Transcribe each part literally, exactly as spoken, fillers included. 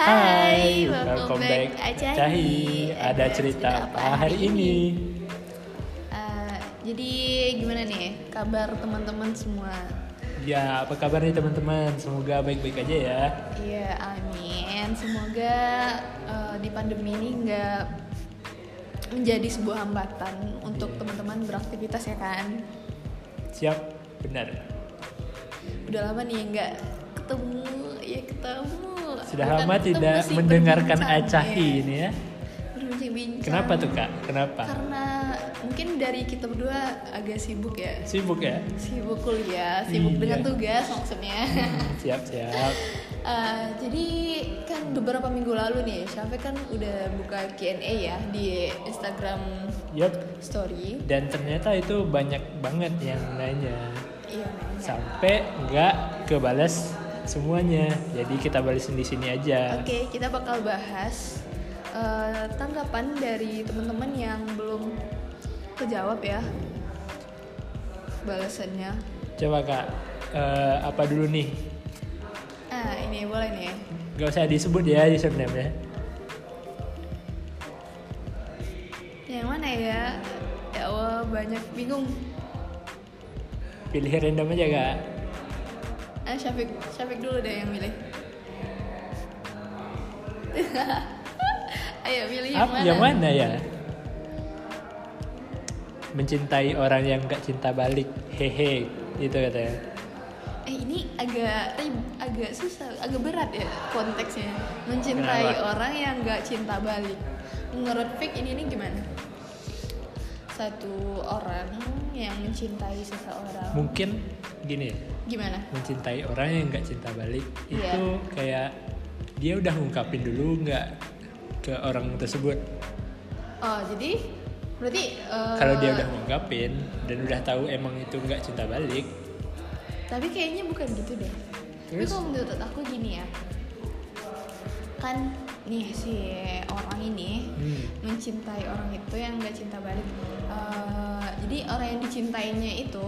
Hai, welcome, welcome back, back Acahi. Acahi. Ada cerita apa hari ini? Uh, jadi gimana nih kabar teman-teman semua? Ya, apa kabar nih teman-teman? Semoga baik-baik aja ya. Iya, amin. Semoga uh, di pandemi ini nggak menjadi sebuah hambatan untuk Iya. teman-teman beraktivitas ya kan? Siap, benar. Udah lama nih nggak ketemu, ya ketemu. Sudah Bukan lama ketemu tidak sih, mendengarkan berbincang, Acahi ya. ini ya. Berbincang-bincang. Kenapa tuh Kak? Kenapa? Karena mungkin dari kita berdua agak sibuk ya. Sibuk ya? Sibuk kuliah, sibuk Iya. dengan tugas maksudnya. Siap, siap. Uh, jadi kan beberapa minggu lalu nih, Syafiq kan udah buka Q and A ya di Instagram Yup. Story. Dan ternyata itu banyak banget yang nanya. Iya, nanya. Sampai nggak kebalas semuanya. Jadi kita balesin di sini aja. Oke, kita bakal bahas uh, tanggapan dari teman-teman yang belum kejawab ya balasannya. Coba Kak, eh, apa dulu nih? Ah, ini boleh nih. Gak usah disebut ya username-nya. Yang mana ya? Ya Allah, banyak bingung. Pilih random aja Kak. Ah, Syafiq, Syafiq dulu deh yang milih. Ayo milih yang Apa mana? yang mana ya? Mencintai orang yang gak cinta balik. Hehe, itu katanya. Eh ini agak rib- agak susah, agak berat ya konteksnya. Mencintai Kenapa? orang yang gak cinta balik. Menurut Fik ini nih gimana? Satu orang yang mencintai seseorang. Mungkin gini ya, Gimana? mencintai orang yang gak cinta balik Iya. itu kayak dia udah ngungkapin dulu gak ke orang tersebut. Oh jadi berarti eh, Kalau dia udah ngungkapin dan udah tahu emang itu gak cinta balik, tapi kayaknya bukan gitu deh. Tapi Terus? kalau menurut aku gini ya, kan nih si orang ini hmm, mencintai orang itu yang nggak cinta balik. Uh, jadi orang yang dicintainya itu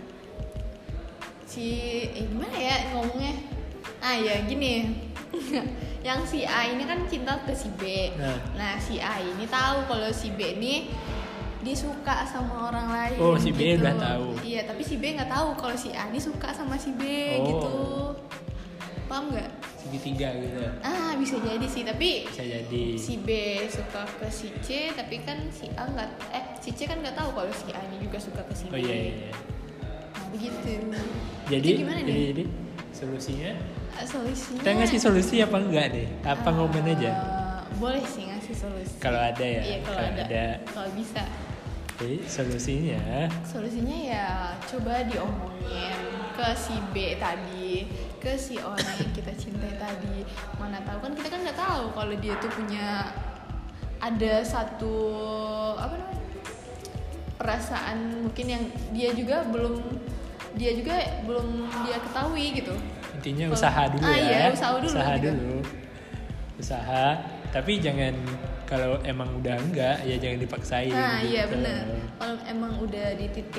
si eh, gimana ya ngomongnya? Ah ya gini, yang si A ini kan cinta ke si B. Nah. Nah si A ini tahu kalau si B ini disuka sama orang lain. Oh, si B gitu. udah tahu. Iya, tapi si B nggak tahu kalau si A ini suka sama si B Oh. gitu. Paham nggak? segitiga gitu. Ah bisa jadi sih, tapi Bisa jadi. si B suka ke si C, tapi kan si A nggak, eh si C kan nggak tahu kalau si A ini juga suka ke si B. Oh iya, iya, iya. Nah begitu. Jadi, Itu gimana jadi, nih? jadi solusinya Ah, solusinya? kita ngasih solusi apa enggak deh? Apa ah, ngomen aja? Boleh sih ngasih solusi. Kalau ada ya. Iya kalau ada. Kalau bisa. Jadi solusinya Solusinya ya coba diomongin ke si B tadi, ke si orang yang kita cintai tadi. Mana tahu kan kita kan nggak tahu kalau dia tuh punya ada satu apa namanya perasaan mungkin yang dia juga belum dia juga belum dia ketahui gitu. intinya Kalau- usaha dulu ah, ya. iya, usaha dulu Usaha gitu. dulu. Usaha, tapi jangan kalau emang udah enggak ya jangan dipaksain. Nah gitu. iya benar. Kalau emang udah di titik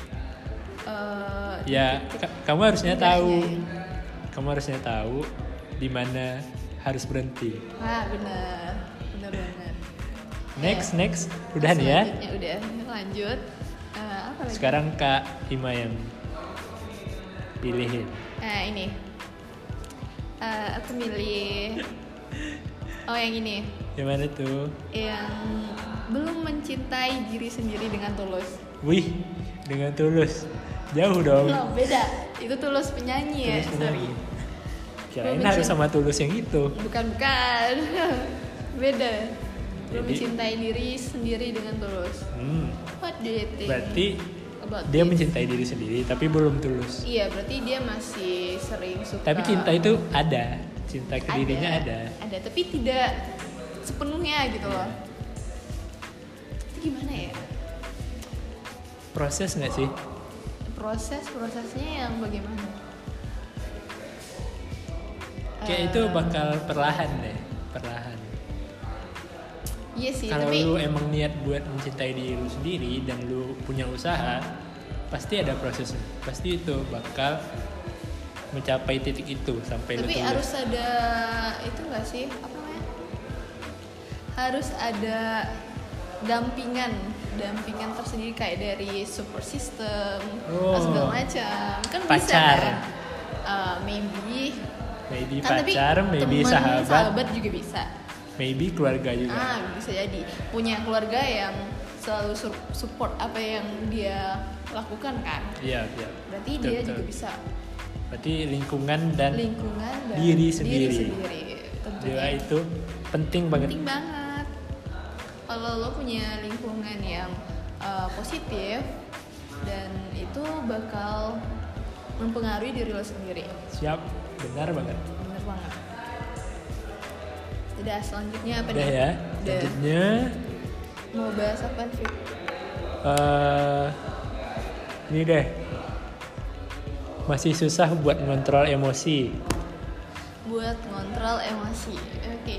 eh, di Ya, titik ka- kamu harusnya enggaknya tahu. ya. Kamu harusnya tahu di mana harus berhenti. Ah benar, benar banget. Next, Ya. next. Udah nih ya. Selanjutnya udah lanjut. Eh, apa lagi? Sekarang Kak Ima yang pilihin. Nah ini, Eh, aku milih. Oh yang ini, Yang mana tuh? yang belum mencintai diri sendiri dengan tulus. Wih, dengan tulus. Jauh dong. Belum beda. Itu tulus penyanyi ya. Tulus Sorry. penyanyi. Kirain Belum harus mencint- sama tulus yang itu. Bukan bukan. Beda. Belum Jadi- mencintai diri sendiri dengan tulus. Hmm. What do you think? Berarti about dia this? mencintai diri sendiri tapi belum tulus. Iya, berarti dia masih sering suka. Tapi cinta itu ada, cinta ke dirinya ada. Ada, tapi tidak sepenuhnya gitu loh. Itu gimana ya? Proses nggak sih? Proses-prosesnya yang bagaimana? Kayak Eh, itu bakal perlahan deh, perlahan. Iya sih, Kalau tapi lu emang niat buat mencintai diri lu sendiri dan lu punya usaha, pasti ada prosesnya. Pasti itu bakal mencapai titik itu sampai lu Tapi tulis. harus ada itu nggak sih, apa namanya, harus ada dampingan dampingan tersendiri kayak dari support system Oh. atau segala macam kan bisa Pacar. kan. Uh, maybe Maybe kan, tapi pacar, maybe temen, sahabat, sahabat juga bisa. maybe keluarga juga. Ah, bisa jadi punya keluarga yang selalu su- support apa yang dia lakukan kan. Iya, iya. Berarti Betul, dia betul. juga bisa. Berarti lingkungan dan Lingkungan dan diri sendiri. diri sendiri. Tentunya. dua itu penting banget. Penting banget. Kalau lo punya lingkungan yang uh, positif dan itu bakal mempengaruhi diri lo sendiri. Siap, benar banget. Bener banget. Udah, selanjutnya apa Udah nih? ya. Udah. Selanjutnya Mau bahas apa Fit? eh ini deh. Masih susah buat ngontrol emosi. Buat ngontrol emosi. Oke.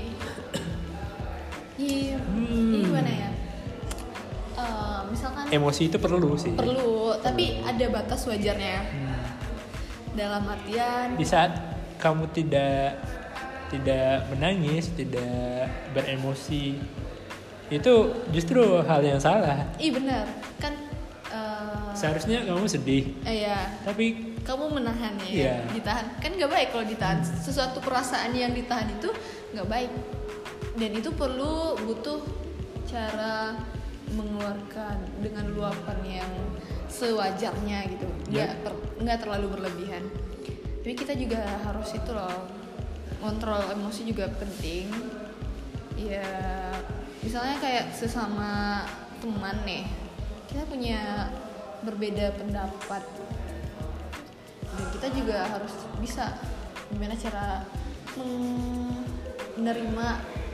Iya. Hmm. Ini gimana ya? Eh, misalkan Emosi itu perlu sih. perlu, tapi ada batas wajarnya. Hmm. Dalam artian Di saat kamu tidak tidak menangis, tidak beremosi, itu justru hal yang salah. Ih benar kan, eh, Seharusnya kamu sedih, eh, ya tapi kamu menahannya Iya. ya, ditahan kan nggak baik kalau ditahan. Sesuatu perasaan yang ditahan itu nggak baik, dan itu perlu butuh cara mengeluarkan dengan luapan yang sewajarnya gitu, nggak Yep. per- nggak terlalu berlebihan. Tapi kita juga harus itu loh, kontrol emosi juga penting. Ya misalnya kayak sesama teman nih, kita punya berbeda pendapat dan kita juga harus bisa gimana cara men- menerima,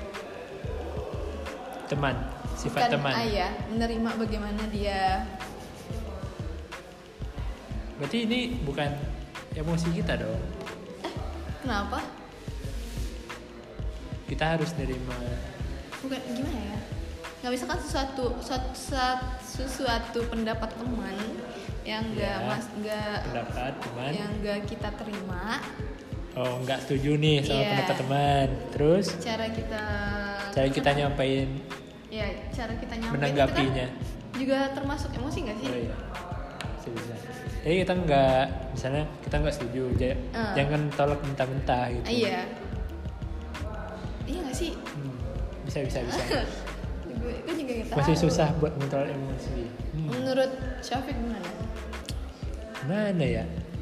teman, sifat bukan teman. ah, ya, menerima bagaimana dia. Berarti ini bukan emosi kita dong. Kenapa? Kita harus nerima. Bukan gimana ya? Nggak bisa kan sesuatu suatu, suatu, sesuatu pendapat teman yang nggak Ya, mas nggak pendapat teman. yang nggak kita terima. Oh, nggak setuju nih sama Iya. pendapat teman. Terus Cara kita cara kita nyampain. ya cara kita nyampein Menanggapinya. itu kan juga termasuk emosi nggak sih? Oh iya, bisa bisa. Jadi kita nggak, misalnya kita nggak setuju, j- Eh. jangan tolak mentah-mentah gitu. Ah, iya. Iya nggak sih? Hmm, bisa bisa bisa. gue, gue juga nggak tahu. Masih susah buat mengontrol emosi. Hmm. Menurut Syafiq gimana? Mana ya?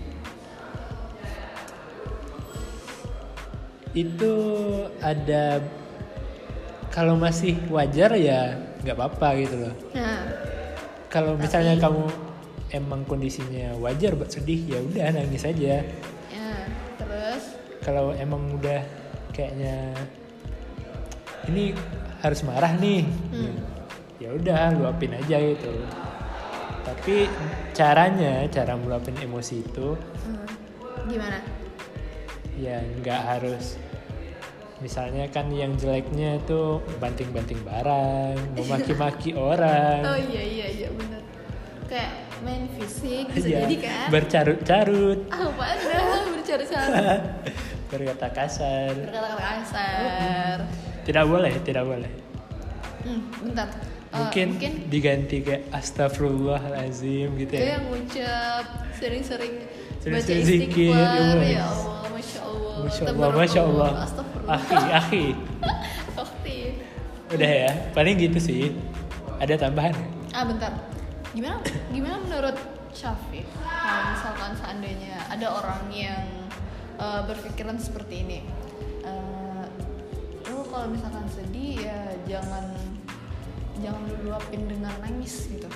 Itu ada, kalau masih wajar ya nggak apa-apa gitu loh. Nah, Kalau misalnya Tapi- kamu emang kondisinya wajar buat sedih, ya udah nangis aja. ya terus Kalau emang udah kayaknya ini harus marah nih, Hmm. ya udah luapin aja gitu. Tapi caranya, cara meluapin emosi itu hmm, gimana? ya nggak harus, misalnya kan yang jeleknya itu banting-banting barang, memaki-maki orang, Oh iya iya iya benar. Kayak main fisik bisa ya, jadi kan? bercarut-carut, Ah, apaan dah bercari-cari, berkata kasar. berkata-kata kasar. Tidak boleh, tidak boleh. Hmm, bentar. Eh, Mungkin, mungkin diganti kayak astagfirullahalazim gitu gue ya. yang ngucap sering-sering baca Sering-sering zikir, istighfar. ya, Ya Mas. Allah, masya Allah. Masya Allah, masya Allah. Astagfirullah. Akhi, akhi. Oke. Udah ya, paling gitu sih. Ada tambahan? Ah bentar. Gimana gimana menurut Syafiq kalau misalkan seandainya ada orang yang eh, berpikiran seperti ini, eh, lu kalau misalkan sedih ya jangan jangan lu luapin dengan nangis gitu.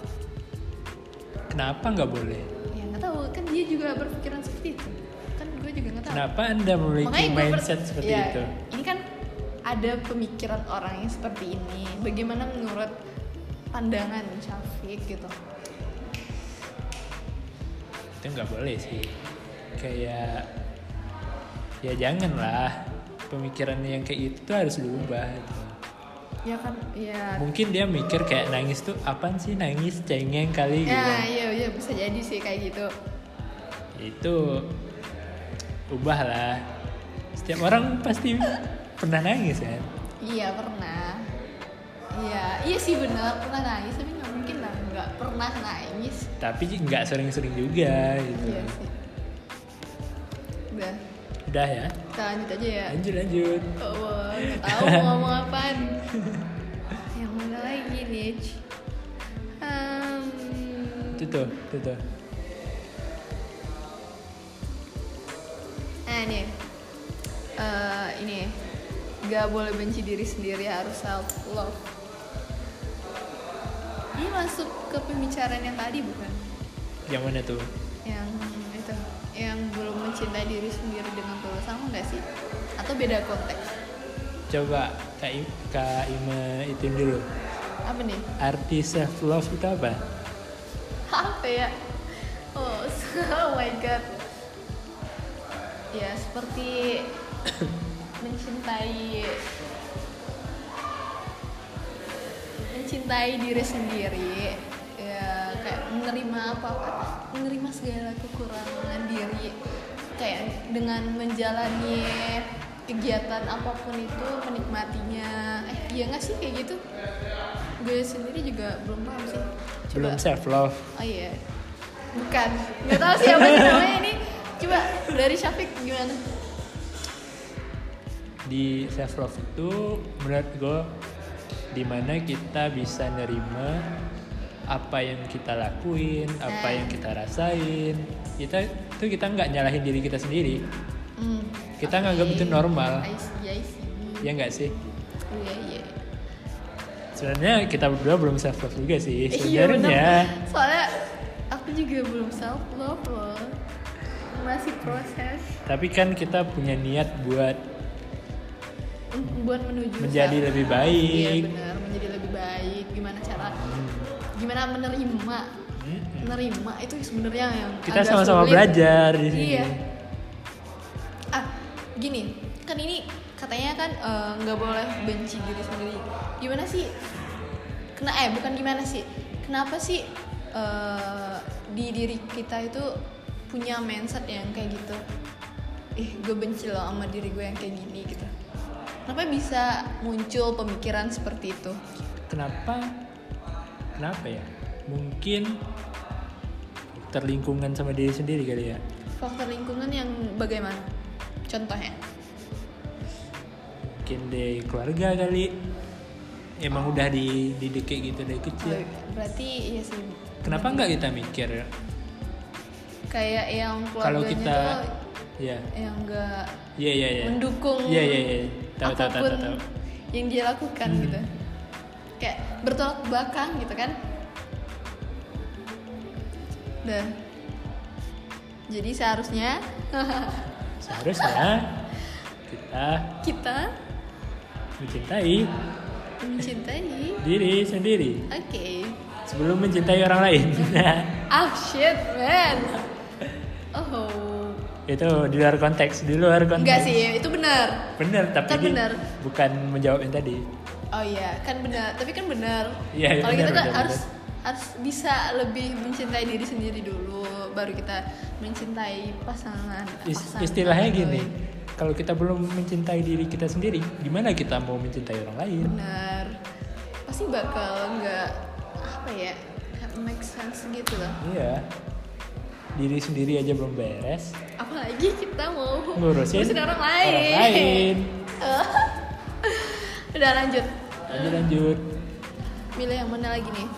Kenapa nggak boleh? Ya nggak tahu kan dia juga berpikiran seperti itu. Kan gue juga nggak tahu. Kenapa Anda memiliki Makanya gue ber- mindset seperti ya, itu? Ini kan ada pemikiran orang yang seperti ini. Bagaimana menurut pandangan Syafiq gitu? Itu nggak boleh sih. Kayak ya janganlah, pemikiran yang kayak itu tuh harus diubah gitu. Ya kan, ya. Mungkin dia mikir kayak nangis tuh apaan sih, nangis cengeng kali gitu. Ya, iya, iya bisa jadi sih kayak gitu. Itu ubahlah. Setiap orang pasti pernah nangis kan. Iya pernah. Iya, iya sih benar pernah nangis, tapi nggak mungkin lah nggak pernah nangis. Tapi nggak sering-sering juga gitu. Iya sih. Udah, Udah ya. kita lanjut aja ya. Lanjut lanjut. Oh, nggak tahu mau ngomong apaan. Yang mana lagi nih? Um, Itu tuh, itu tuh. Nah nih, Eh, ini nggak boleh benci diri sendiri, harus self love. Ini masuk ke pembicaraan yang tadi bukan? Yang mana tuh? Yang itu, yang belum mencintai diri sendiri dengan tulus, sama nggak sih? Atau beda konteks? Coba Kak, I- Kak Ima itin dulu. Apa nih? Arti self love itu apa? Apa ya? Oh, oh my god. Ya seperti mencintai mencintai diri sendiri, ya kayak menerima apa menerima segala kekurangan diri, kayak dengan menjalani kegiatan apapun itu menikmatinya. Eh iya nggak sih kayak gitu? Gue sendiri juga belum paham sih. Coba. Belum self love. Oh iya, bukan, nggak tahu sih apa sih namanya ini. Coba dari Syafiq gimana? Di self love itu menurut gue dimana kita bisa nerima apa yang kita lakuin, apa Nah. yang kita rasain. Kita itu kita nggak nyalahin diri kita sendiri. Hmm, Kita oke. nganggap itu normal. I see, I see. Ya nggak sih? Iya iya. Sebenarnya kita berdua belum self love juga sih. Iya, Sebenarnya. bener. Soalnya aku juga belum self love loh, masih proses. Tapi kan kita punya niat buat Un- buat menuju menjadi self- lebih Iya baik. benar, menjadi lebih baik. Gimana cara? Gimana menerima? Hmm. Menerima itu sebenarnya yang Kita agak sama-sama sulit. belajar di sini. Iya. Ah, gini, kan ini katanya kan eh, nggak boleh benci diri sendiri. Gimana sih? Kena eh bukan gimana sih? Kenapa sih eh, di diri kita itu punya mindset yang kayak gitu? Ih, gue benci loh sama diri gue yang kayak gini gitu. Kenapa bisa muncul pemikiran seperti itu? Kenapa? Kenapa ya? Mungkin terlingkungan sama diri sendiri kali ya. Faktor lingkungan yang bagaimana? Contohnya? Mungkin dari keluarga kali. Emang udah dididik kayak gitu dari Oh, kecil. berarti iya sih. Kenapa nggak kita mikir Kayak yang kalau keluarganya kita tuh ya yang enggak iya iya iya mendukung iya iya iya tahu tahu tahu apapun tahu, tahu. yang dia lakukan Hmm. gitu, kayak bertolak belakang gitu kan. Dah, jadi seharusnya Seharusnya kita kita mencintai mencintai. diri sendiri Oke. sebelum mencintai orang lain. Oh shit man. Oh. Itu di luar konteks, di luar konteks. Enggak sih, itu benar. Bener, tapi Kan di- bener. bukan menjawab yang tadi. Oh iya, kan benar. Tapi kan benar. Iya, Kalau benar, kita kan benar, harus harus bisa lebih mencintai diri sendiri dulu, baru kita mencintai pasangan. Is- pasangan istilahnya atau- gini, kalau kita belum mencintai diri kita sendiri, gimana kita mau mencintai orang lain? Benar. Pasti bakal nggak apa ya, nggak make sense gitu lah. Iya. Diri sendiri aja belum beres, Apalagi kita mau ngurusin orang lain. orang lain. Udah lanjut. Lanjut lanjut. Milih yang mana lagi nih?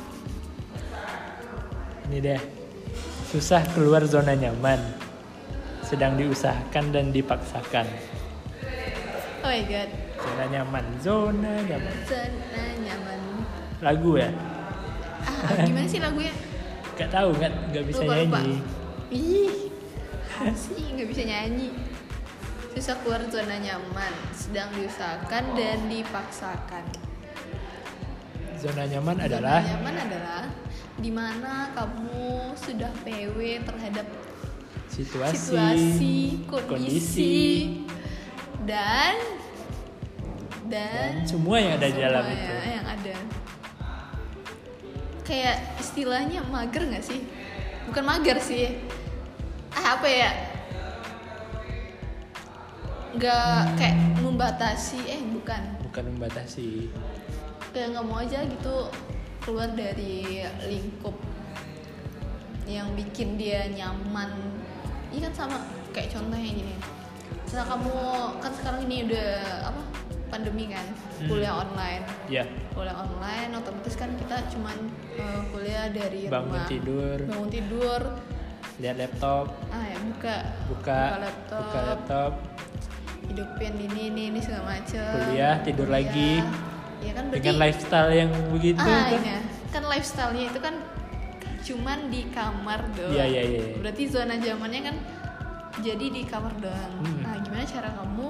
Ini deh. Susah keluar zona nyaman. Sedang diusahakan dan dipaksakan. Oh my god. Zona nyaman, zona nyaman. Zona nyaman. Lagu ya? Ah, gimana sih lagunya? Gak tahu, gak, gak bisa Lupa, lupa. nyanyi. Ih, apa sih nggak bisa nyanyi. Susah keluar zona nyaman, sedang diusahakan dan dipaksakan. Zona nyaman Zona adalah nyaman adalah dimana kamu sudah P W terhadap situasi, situasi, kondisi, kondisi, dan dan dan semua yang ada di dalam semua itu. ya, yang ada. Kayak istilahnya mager nggak sih? Bukan mager sih. Ah apa ya? nggak kayak membatasi eh bukan bukan membatasi, kayak nggak mau aja gitu keluar dari lingkup yang bikin dia nyaman. Iya kan sama kayak contohnya gini, misalnya kamu kan sekarang ini udah apa pandemi kan, Hmm. kuliah online. ya Kuliah online otomatis kan kita cuman uh, kuliah dari bangun rumah, tidur, bangun tidur, lihat laptop, ah ya buka buka laptop, buka laptop, hidupin ini ini ini segala macem, kuliah, tidur lagi. Ya kan berarti dengan lifestyle yang begitu ah kan. iya kan lifestyle-nya itu kan cuman di kamar doang. Iya, iya, iya. Berarti zona zamannya kan jadi di kamar doang. Hmm. Nah, gimana cara kamu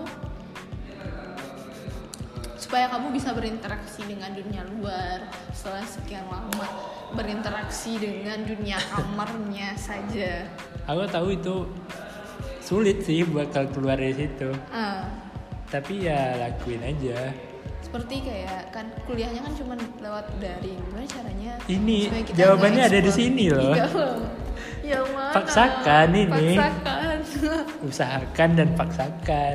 supaya kamu bisa berinteraksi dengan dunia luar setelah sekian lama berinteraksi dengan dunia kamarnya saja? Aku tahu itu sulit sih bakal keluar dari situ, Ah, tapi ya lakuin aja. seperti kayak kan kuliahnya kan cuma lewat daring. Gimana caranya? Ini supaya kita jawabannya nggak ada di explore? sini loh. Iya. Yang mana? Paksakan ini. Paksakan. Usahakan dan paksakan.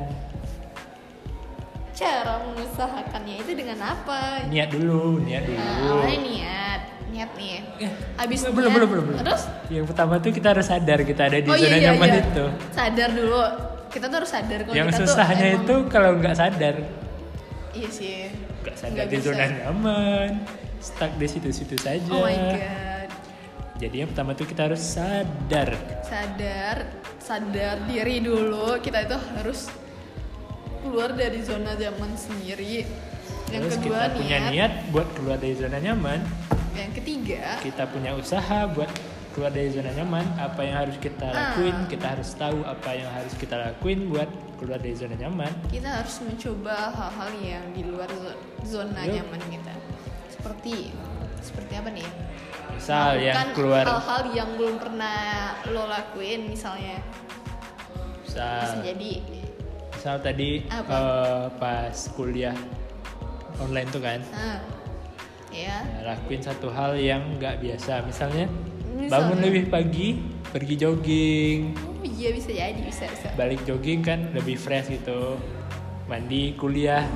Cara mengusahakannya itu dengan apa? Niat dulu, niat Nah, dulu. awalnya niat, niat nih. Eh, Habis belum, niat, belum, belum, belum. terus? Yang pertama tuh kita harus sadar kita ada di Oh zona iya, iya, nyaman iya. itu. Sadar dulu. Kita tuh harus sadar kalau Yang kita susahnya tuh itu emang- kalau nggak sadar, Iya sih. nggak sadar Nggak di bisa. zona nyaman, stuck di situ-situ saja. Oh my god. Jadi yang pertama tuh kita harus sadar. Sadar, sadar diri dulu. Kita itu harus keluar dari zona zaman sendiri. Yang Terus kedua kita punya niat buat keluar dari zona nyaman. Yang ketiga, Kita punya usaha buat keluar dari zona nyaman. Apa yang harus kita Ah. lakuin, kita harus tahu apa yang harus kita lakuin buat keluar dari zona nyaman. kita harus mencoba hal-hal yang di luar zo- zona Yup. nyaman kita. Seperti seperti apa nih? Misal yang Melakukan keluar, hal-hal yang belum pernah lo lakuin, misalnya bisa misal, jadi misal tadi Apa? eh, pas kuliah online tuh kan, ah, ya ya, lakuin satu hal yang nggak biasa. Misalnya Misalnya? bangun lebih pagi, pergi jogging. oh iya bisa jadi bisa bisa Balik jogging kan lebih fresh gitu. Mandi, kuliah,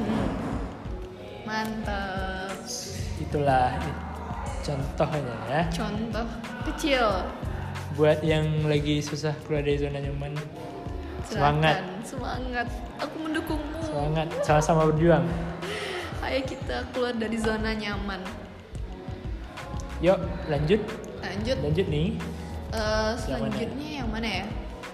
mantap. itulah contohnya ya. Contoh kecil. Buat yang lagi susah keluar dari zona nyaman, semangat, Silakan, semangat, aku mendukungmu. semangat, sama-sama berjuang. Ayo kita keluar dari zona nyaman. Yuk lanjut, Lanjut. lanjut nih. Eh, selanjutnya yang mana ya?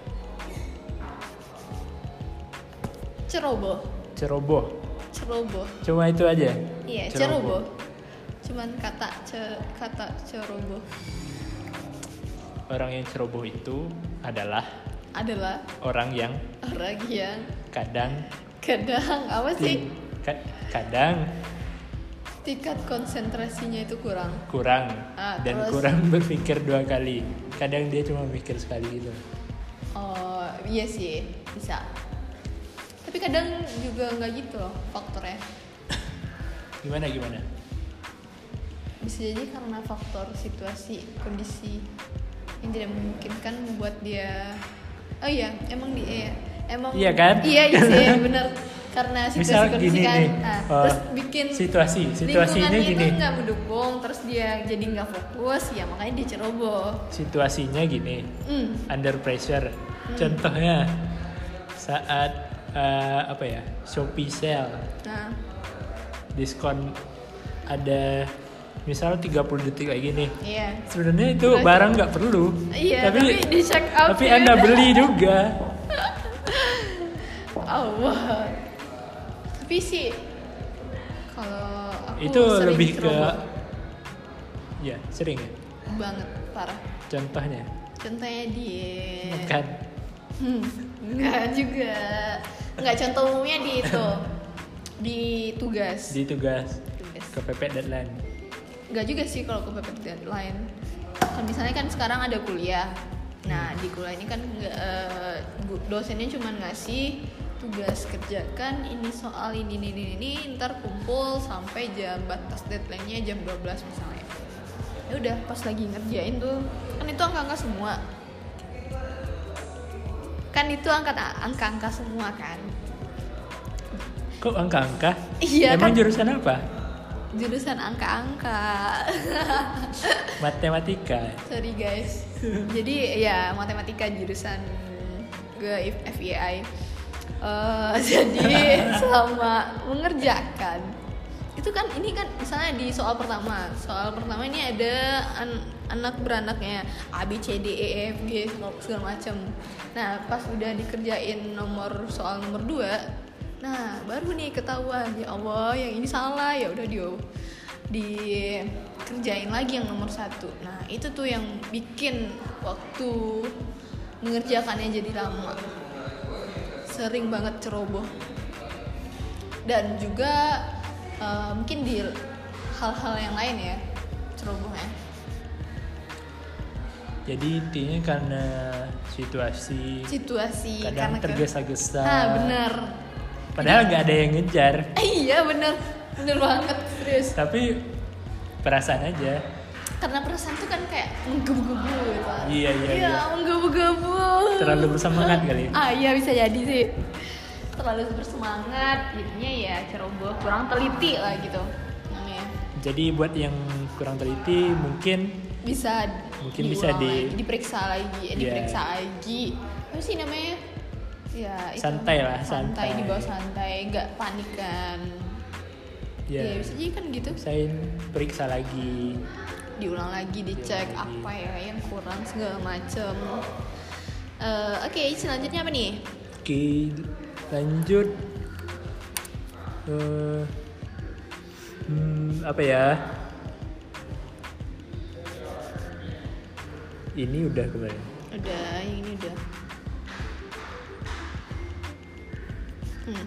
Ceroboh. Ceroboh, Ceroboh. cuma itu aja. Iya, Ceroboh. ceroboh. Cuman kata ce, kata ceroboh Orang yang ceroboh itu adalah adalah orang yang orang yang kadang kadang apa sih? ti- ka- kadang Tingkat konsentrasinya itu kurang. kurang Ah, dan terus? kurang berpikir dua kali. Kadang dia cuma mikir sekali gitu. Oh, iya sih, bisa. Tapi kadang juga nggak gitu loh faktornya. Gimana gimana? Bisa jadi karena faktor situasi, kondisi yang tidak memungkinkan membuat dia. Oh iya, emang dia emang Iya kan? Iya, iya sih, benar. Karena situasi Misal kondisi gini kan, nih, nah, oh, terus bikin situasi, situasinya lingkungannya gini. itu nggak mendukung, terus dia jadi nggak fokus, ya makanya dia ceroboh. Situasinya gini, Hmm. under pressure. Contohnya saat eh, apa ya, Shopee sale, Nah, diskon ada misal tiga puluh detik kayak gini. iya. Sebenarnya itu Terus? barang nggak perlu, Iya, tapi tapi di check out tapi ya Anda udah. beli juga. Allah. Tapi sih kalau aku Itu sering lebih ke ceroboh ya sering ya. banget parah. Contohnya Contohnya di kan hmm, enggak juga. Enggak, contoh umumnya di itu. Di tugas. di tugas Tugas. kepepet deadline. Enggak juga sih kalau kepepet deadline. Kan misalnya kan sekarang ada kuliah. Nah, di kuliah ini kan nggak, eh, gu- dosennya cuma ngasih tugas kerjakan ini soal ini ini ini, ini ntar kumpul sampai jam batas deadline-nya jam dua belas misalnya. Ya udah pas lagi ngerjain tuh kan itu angka-angka semua. Kan itu angka angka-angka semua kan. Kok angka-angka? Iya, Emang kan? jurusan apa? Jurusan angka-angka. Matematika. Sorry guys. Jadi ya matematika jurusan gue F Y I. Uh, jadi selama mengerjakan itu kan ini kan misalnya di soal pertama, soal pertama ini ada an- anak beranaknya A B C D E F G segala macam. Nah pas udah dikerjain nomor soal nomor dua, nah baru nih ketahuan ya Allah yang ini salah, ya udah dia dikerjain lagi yang nomor satu. Nah itu tuh yang bikin waktu mengerjakannya jadi lama, sering banget ceroboh. Dan juga uh, mungkin di hal-hal yang lain ya cerobohnya. Jadi intinya karena situasi, Situasi kadang karena tergesa-gesa. Ah benar. Padahal nggak ada yang ngejar. Eh, iya benar, benar banget serius. Tapi perasaan aja. Karena perasaan tuh kan kayak menggebu-gebu gitu. Iya iya. Iya, iya. menggebu-gebu. Terlalu bersemangat kali. Ah iya bisa jadi sih. Terlalu bersemangat, jadinya ya ceroboh, kurang teliti lah gitu namanya. Jadi buat yang kurang teliti mungkin Bisa Mungkin diulang bisa di- lagi, diperiksa lagi, eh, Iya. diperiksa lagi. Apa sih namanya? Ya itu. Santai lah, santai, santai. dibawa santai, nggak panik kan. ya Ya bisa jadi kan gitu. saya periksa lagi. Diulang lagi, dicek Diulang lagi. apa ya yang kurang segala macem. Eh, Oke, selanjutnya apa nih? Oke, lanjut. Eh, hmm, apa ya? Ini udah kemarin. Udah, yang ini udah. Hmm.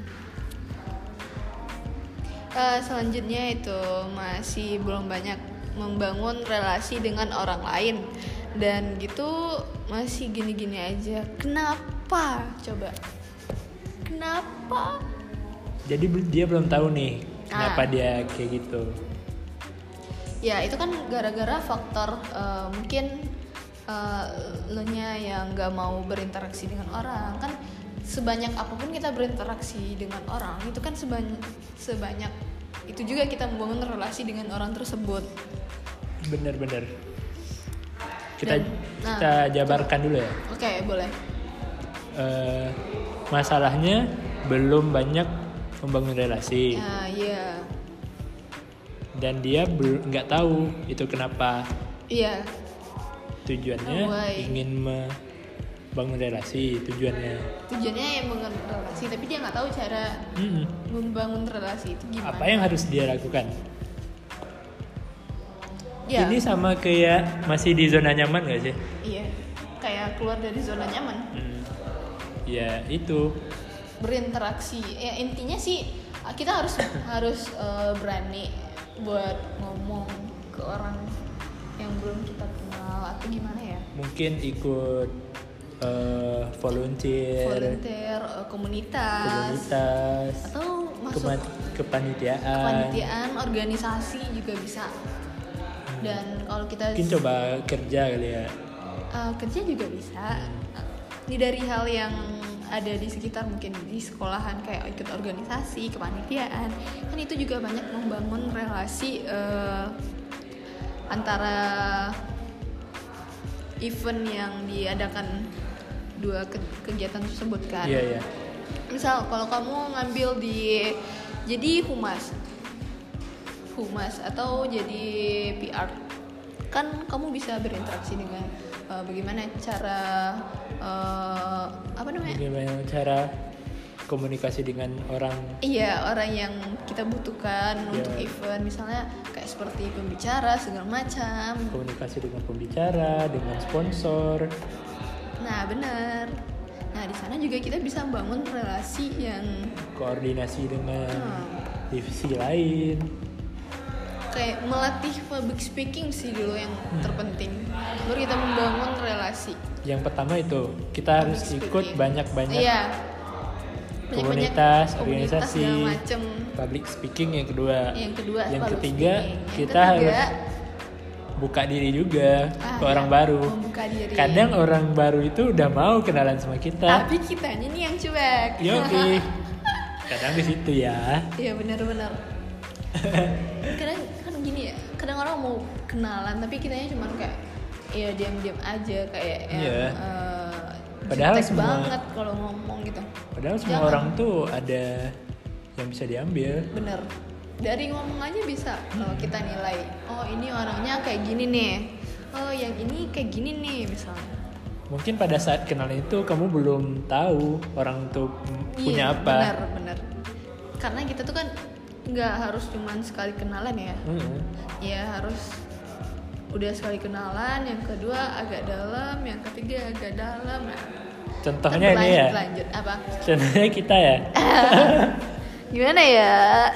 Eh, selanjutnya itu masih belum banyak membangun relasi dengan orang lain, dan gitu masih gini-gini aja. Kenapa? Coba. Kenapa? Jadi bel- dia belum tahu nih kenapa Ah. dia kayak gitu. Ya itu kan gara-gara faktor eh, mungkin eh, lo nya yang nggak mau berinteraksi dengan orang kan. Sebanyak apapun kita berinteraksi dengan orang itu kan sebanyak sebanyak itu juga kita membangun relasi dengan orang tersebut. Bener-bener. Kita Dan- nah, kita jabarkan dulu ya. Oke, boleh. Eh, masalahnya belum banyak membangun relasi Ya, iya. dan dia belum nggak tahu itu kenapa. Iya. Tujuannya Oh, why? ingin membangun relasi tujuannya. Tujuannya yang membangun relasi, tapi dia nggak tahu cara Mm-mm. membangun relasi itu gimana. Apa yang harus dia lakukan? Ya, Ini sama kayak masih di zona nyaman gak sih? iya. Kayak keluar dari zona nyaman. Hmm. Ya itu. Berinteraksi ya intinya sih kita harus harus eh, berani buat ngomong ke orang yang belum kita kenal atau gimana ya, Mungkin ikut eh, volunteer, volunteer eh, komunitas, komunitas, atau masuk kema- kepanitiaan. kepanitiaan organisasi juga bisa. Dan kalau kita Mungkin coba kerja kali ya. eh, kerja juga bisa. Ini dari hal yang ada di sekitar, mungkin di sekolahan kayak ikut organisasi, kepanitiaan, kan itu juga banyak membangun relasi eh, antara event yang diadakan dua ke- kegiatan tersebut kan. Iya iya. Misal kalau kamu ngambil di jadi humas, humas atau jadi P R, kan kamu bisa berinteraksi dengan uh, bagaimana cara uh, apa namanya? Bagaimana cara komunikasi dengan orang? Iya, orang yang kita butuhkan Iya. untuk event, misalnya kayak seperti pembicara segala macam. Komunikasi dengan pembicara, dengan sponsor. Nah, benar. Nah, di sana juga kita bisa membangun relasi yang Koordinasi dengan hmm, divisi lain. kayak melatih public speaking sih dulu yang terpenting. Baru kita membangun relasi. Yang pertama itu kita harus Public ikut speaking. banyak-banyak Iya. Banyak-banyak komunitas, komunitas organisasi, segala macem. public speaking yang kedua. Yang kedua Yang public ketiga speaking. Yang kita ketiga, harus buka diri juga ah, ke ya, orang baru. membuka diri. Kadang orang baru itu udah mau kenalan sama kita. Tapi kitanya nih yang cuek. Yoki. Kadang di situ ya. Iya benar-benar. Kadang kan gini ya, kadang orang mau kenalan tapi kitanya cuma kayak ya diam-diam aja kayak yang Iya. uh, Padahal jutek semua- banget kalau ngomong gitu. Padahal semua Jangan. orang tuh ada yang bisa diambil. Bener. Dari ngomong aja bisa kalau kita nilai. Oh ini orangnya kayak gini nih. Oh yang ini kayak gini nih misalnya. Mungkin pada saat kenalan itu kamu belum tahu orang tuh punya Iya, apa. Bener bener. Karena kita tuh kan nggak harus cuman sekali kenalan ya. Mm-mm. Ya harus udah sekali kenalan, yang kedua agak dalam, yang ketiga agak dalam. Nah, Contohnya ntar ini ya. berlanjut, lanjut apa? Contohnya kita ya. Gimana ya?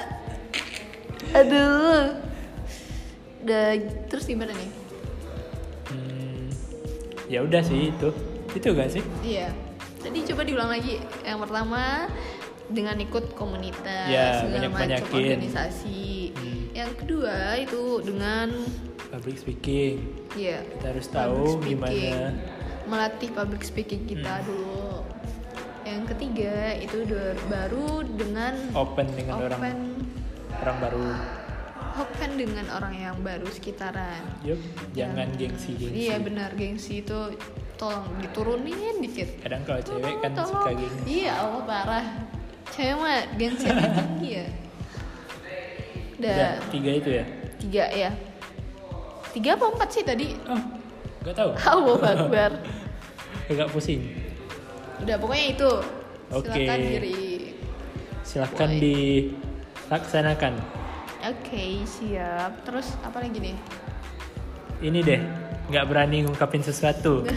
Aduh. Udah terus gimana nih? Hmm, ya udah sih itu. Itu gak sih? Iya. Tadi coba diulang lagi. Yang pertama dengan ikut komunitas, Ya, segala macam banyak-banyakin. organisasi. Hmm. Yang kedua itu dengan Public speaking. ya Kita harus public tahu speaking. gimana. Melatih public speaking kita Hmm. dulu. Yang ketiga itu udah baru dengan Open dengan orang open orang baru. open dengan orang yang baru sekitaran. Yup, jangan Yang- gengsi-gengsi. Iya benar, gengsi itu tolong diturunin dikit. Kadang kalau cewek kan Tolong. suka gengsi. Iya, Allah parah. Cewek mah gengsinya tinggi ya. Udah Udah, tiga itu ya? tiga ya. Tiga apa empat sih tadi? Oh, gak tahu. Allah Akbar. Agak pusing. Udah pokoknya itu. Oke. Silakan diri. Silahkan Boleh. dilaksanakan. Oke, siap. Terus apa lagi nih? Ini deh, nggak berani ngungkapin sesuatu.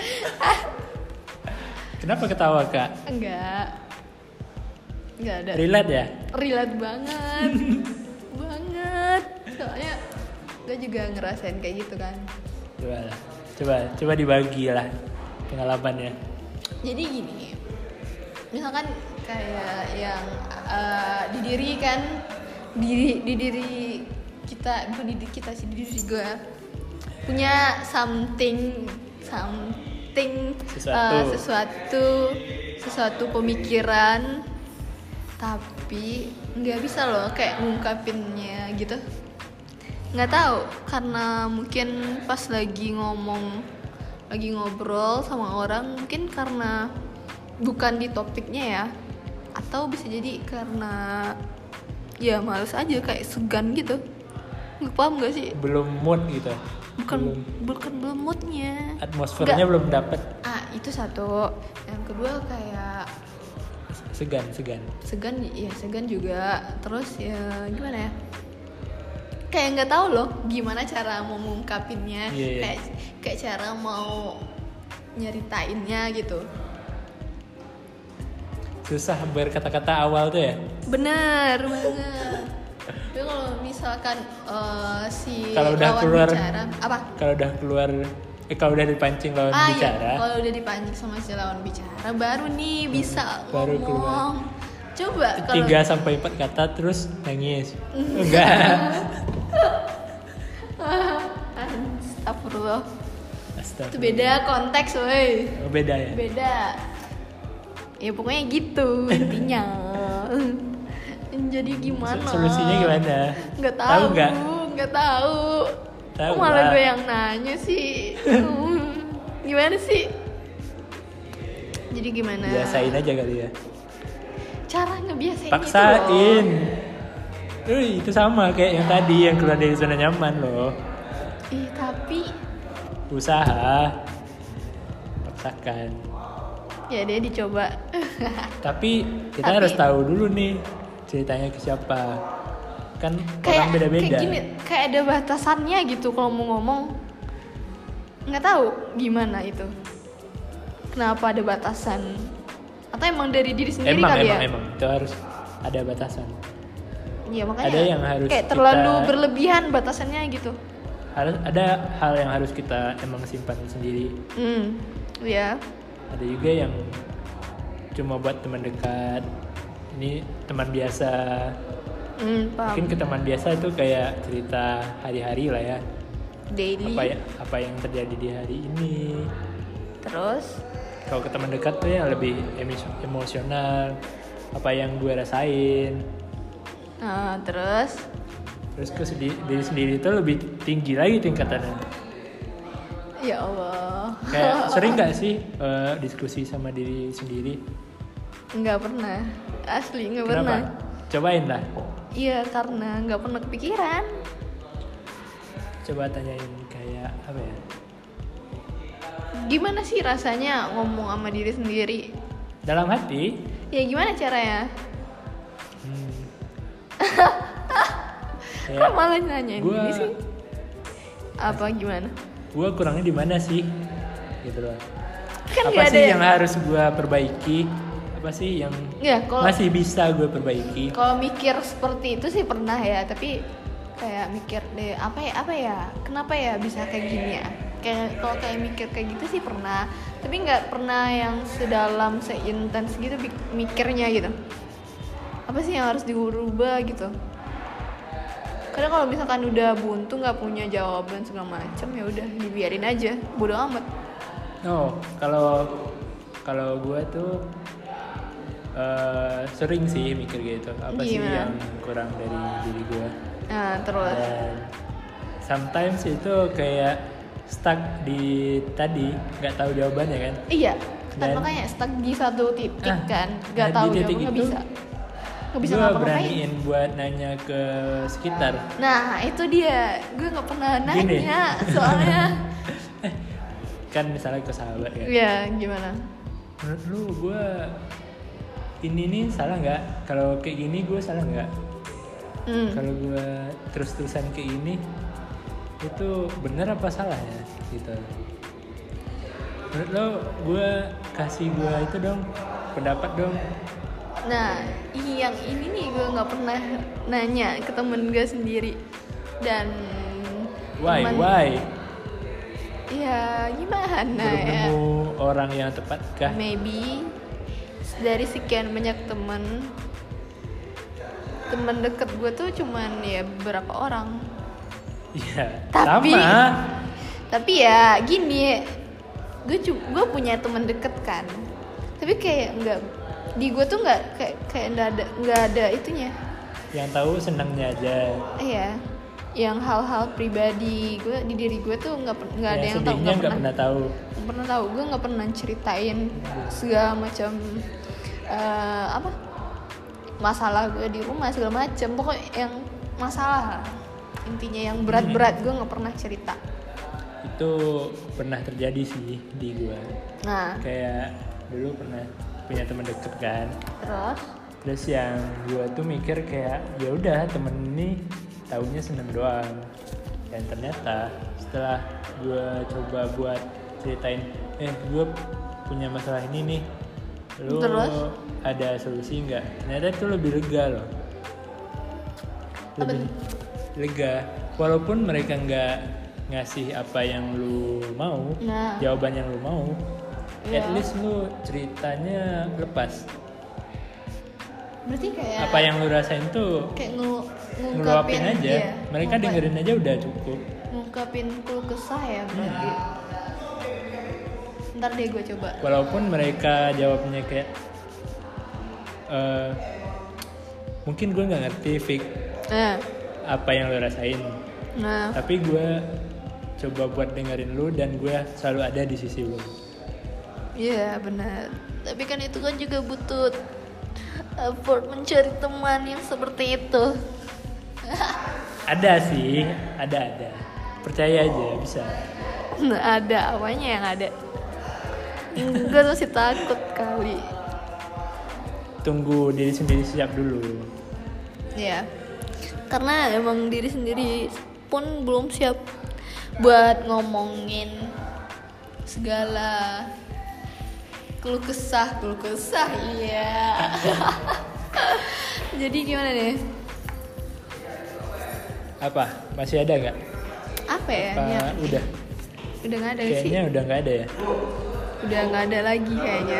Kenapa ketawa kak? Enggak. Enggak ada. Relate ya? Relate banget. banget. Soalnya gue juga ngerasain kayak gitu kan. Coba lah, coba, coba dibagi lah pengalamannya. Jadi gini, misalkan kayak yang uh, di diri kan, di, di diri kita, bukan di diri kita sih, di diri gue punya something, something, Sesuatu. uh, sesuatu, sesuatu pemikiran, tapi nggak bisa loh kayak ngungkapinnya gitu. Nggak tahu, karena mungkin pas lagi ngomong, lagi ngobrol sama orang, mungkin karena bukan di topiknya ya, atau bisa jadi karena ya males aja, kayak segan gitu. Nggak paham nggak sih? Belum mood gitu. Bukan Belum, bukan belum moodnya. atmosfernya Nggak. belum dapet. Ah itu satu. Yang kedua kayak Segan, segan. segan, ya segan juga. Terus ya gimana ya? Kayak nggak tahu loh gimana cara mau mengungkapinnya. Iya, iya. Kayak kayak cara mau nyeritainnya gitu. Susah berkata-kata awal tuh ya. Bener banget. Tapi kalau misalkan uh, si Kalau udah lawan keluar- bicara apa? Kalau udah keluar, eh kalau udah dipancing lawan Ah bicara, iya, kalau udah dipancing sama si lawan bicara baru nih bisa Baru ngomong. keluar. Coba kalau tiga sampai empat kata terus nangis. Enggak. Astagfirullah. Astaga. Itu beda konteks, woi. Oh, beda ya. Beda. Ya pokoknya gitu intinya. Jadi gimana? Sol- Solusinya gimana? Nggak tahu. Tahu nggak? Nggak tahu. Tahu Kok malah lah. gue yang nanya sih. Hmm, gimana sih? Jadi gimana? Biasain aja kali ya. Cara ngebiasain Paksain. itu loh. Uy, itu sama kayak yang tadi yang keluar dari zona nyaman loh. Ih, tapi Usaha. Paksakan. ya dia dicoba. Tapi kita Tapi- harus tahu dulu nih ceritanya ke siapa. Kan kayak orang beda-beda. kayak gini, kayak ada batasannya gitu kalau mau ngomong. Nggak tahu gimana itu. Kenapa ada batasan? Atau emang dari diri sendiri Emang kali emang ya? emang itu harus ada batasan. Iya makanya. Ada yang harus kayak kita- terlalu berlebihan batasannya gitu. Harus ada hal yang harus kita emang simpan sendiri. Hmm, ya. Ada juga yang cuma buat teman dekat. Ini teman biasa. Hmm, paham. Mungkin ke teman biasa itu kayak cerita hari-hari lah ya. Daily. Apa ya apa yang terjadi di hari ini. Terus Kalau ke teman dekat tuh yang lebih emis- emosional. apa yang gue rasain. Nah, terus Terus ke sedi- diri sendiri itu lebih tinggi lagi tingkatannya. ya Allah. Kayak sering gak sih uh, diskusi sama diri sendiri? Nggak pernah, asli nggak Kenapa? pernah. Cobain lah. Iya, karena nggak pernah kepikiran. Coba tanyain kayak apa ya? Gimana sih rasanya ngomong sama diri sendiri? Dalam hati. Ya gimana caranya? Hmm. Kok malah nanyain gua, ini sih? Apa gimana? Gue kurangnya di mana sih? Gitu loh. Kan apa nggak sih ada yang harus gue perbaiki? Apa sih yang ya, kalau, masih bisa gue perbaiki? Kalau mikir seperti itu sih pernah ya, tapi kayak mikir deh apa ya apa ya kenapa ya bisa kayak gini ya? Kayak kalau kayak mikir kayak gitu sih pernah, tapi nggak pernah yang sedalam seintens gitu mikirnya gitu. Apa sih yang harus diubah gitu? Karena kalau misalkan udah buntu nggak punya jawaban segala macam, ya udah dibiarin aja, bodo amat. Oh, kalau kalau gue tuh uh, sering sih mikir gitu. Apa Gimana? sih yang kurang dari diri gue? Nah terus. Dan sometimes itu kayak stuck di tadi, nggak tahu jawabannya kan? Iya, kan Dan- makanya stuck di satu titik Ah, kan, nggak nah, tahu di titik jawaban nggak itu, bisa, nggak bisa Gue ngapa-ngapain. beraniin buat nanya ke sekitar. Nah itu dia, gue nggak pernah Gini. nanya soalnya. Kan misalnya ke sahabat kan. Ya gimana? Menurut lu gue ini nih salah nggak? Kalau kayak gini gue salah nggak? Hmm. Kalau gue terus-terusan kayak gini itu bener apa salah ya gitu. Menurut lo gue kasih gue itu dong pendapat dong. Nah yang ini nih gue nggak pernah nanya ke temen gue sendiri dan Why temen- why? Ya gimana Belum ya? nemu orang yang tepat kah? Maybe dari sekian banyak temen temen deket gue tuh cuman ya beberapa orang. Iya. Tapi- Sama. Tapi ya gini, gue gue punya temen deket kan, tapi kayak nggak di gue tuh nggak kayak kayak nggak ada nggak ada itunya. Yang tahu senangnya aja. Iya, yang hal-hal pribadi gue di diri gue tuh nggak per- nggak ada Yang yang tahu, sedihnya nggak nggak pernah pernah tahu. nggak pernah tahu. Gue nggak pernah ceritain segala macam eh, apa masalah gue di rumah segala macam, pokoknya yang masalah intinya yang berat-berat gue nggak pernah cerita. Itu pernah terjadi sih di gue. Nah Kayak dulu pernah punya teman deket kan. terus Terus yang gue tuh mikir kayak ya udah temen ini taunya seneng doang. Dan ternyata setelah gue coba buat ceritain, eh gue punya masalah ini nih, lu Terus? ada solusi nggak? Ternyata itu lebih lega loh. Lebih lega. Walaupun mereka nggak ngasih apa yang lu mau, Nah. jawaban yang lu mau, Iya. at least lu ceritanya lepas. berarti kayak Apa yang lu rasain tuh kayak ngu- ngeluapin ngungkapin aja. iya, Mereka ngungkap- dengerin aja udah cukup. ngungkapin keluh kesah ya berarti. Ntar deh gue coba. Walaupun mereka jawabnya kayak eh mungkin gue nggak ngerti Fik Nah, apa yang lu rasain, nah, tapi gue coba buat dengerin lu dan gue selalu ada di sisi lu. iya benar. Tapi kan itu kan juga butuh effort mencari teman yang seperti itu. Ada sih, ada ada. Percaya aja bisa. Nggak ada awalnya yang ada. Gue masih takut kali. Tunggu diri sendiri siap dulu. Ya, karena emang diri sendiri pun belum siap buat ngomongin segala keluh kesah, keluh kesah, iya. Jadi gimana nih? Apa? Masih ada nggak? Apa ya? Apa Ya, udah? udah nggak ada sih. Kayaknya udah nggak ada ya. Udah nggak ada lagi kayaknya.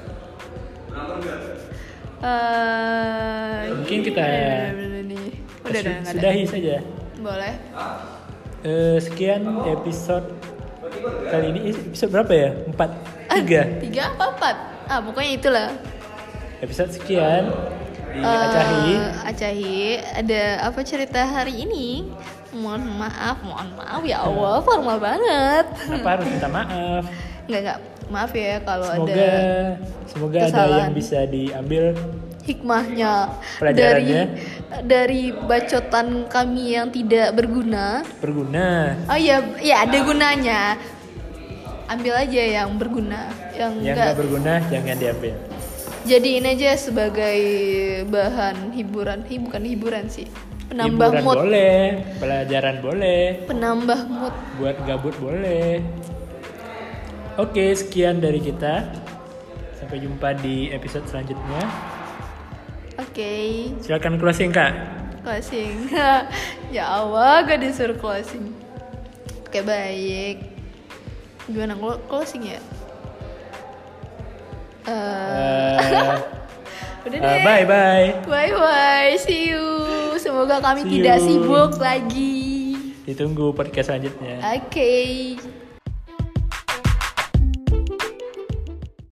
Eh, Mungkin kita gimana nih? Udah udah Sud- nggak ada. Sudahi saja. Boleh. Eh, sekian episode kali ini. Episode berapa ya? Empat, tiga. Tiga apa empat? Ah pokoknya itulah. episode sekian di Eh, Acahi. Acahi, ada apa cerita hari ini? Mohon maaf, mohon maaf ya Allah, formal banget. Kenapa harus minta maaf? Enggak enggak, maaf ya kalau Semoga ada semoga ada kesalahan. yang bisa diambil hikmahnya dari Pelajarannya. dari bacotan kami yang tidak berguna. berguna. Oh iya, ya ada gunanya. Ambil aja yang berguna, yang Yang enggak. nggak berguna jangan diambil. Jadiin aja sebagai bahan hiburan. Hi, bukan hiburan sih. Penambah Hiburan mood. boleh, pelajaran boleh, Penambah mood. buat gabut boleh. Oke, sekian dari kita. Sampai jumpa di episode selanjutnya. Oke, Silakan closing, Kak. closing. Ya Allah, gak disuruh closing. Oke, baik. Gimana clo- closing ya? Eh, Eh, udah eh, deh. bye bye. Bye bye. See you. Semoga kami See tidak you. sibuk lagi. Ditunggu podcast selanjutnya. Oke.